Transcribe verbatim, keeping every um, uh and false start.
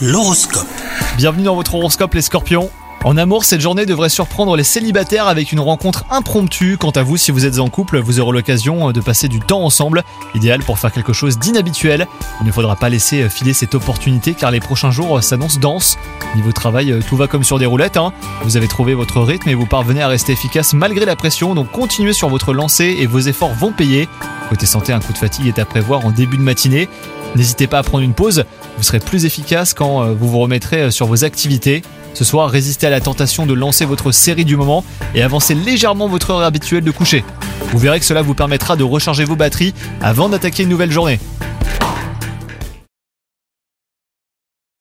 L'horoscope. Bienvenue dans votre horoscope les scorpions. En amour, cette journée devrait surprendre les célibataires avec une rencontre impromptue. Quant à vous, si vous êtes en couple, vous aurez l'occasion de passer du temps ensemble, idéal pour faire quelque chose d'inhabituel. Il ne faudra pas laisser filer cette opportunité car les prochains jours s'annoncent denses. Niveau travail, tout va comme sur des roulettes, hein. Vous avez trouvé votre rythme et vous parvenez à rester efficace malgré la pression, donc continuez sur votre lancée et vos efforts vont payer. Côté santé, un coup de fatigue est à prévoir en début de matinée. N'hésitez pas à prendre une pause, vous serez plus efficace quand vous vous remettrez sur vos activités. Ce soir, résistez à la tentation de lancer votre série du moment et avancez légèrement votre heure habituelle de coucher. Vous verrez que cela vous permettra de recharger vos batteries avant d'attaquer une nouvelle journée.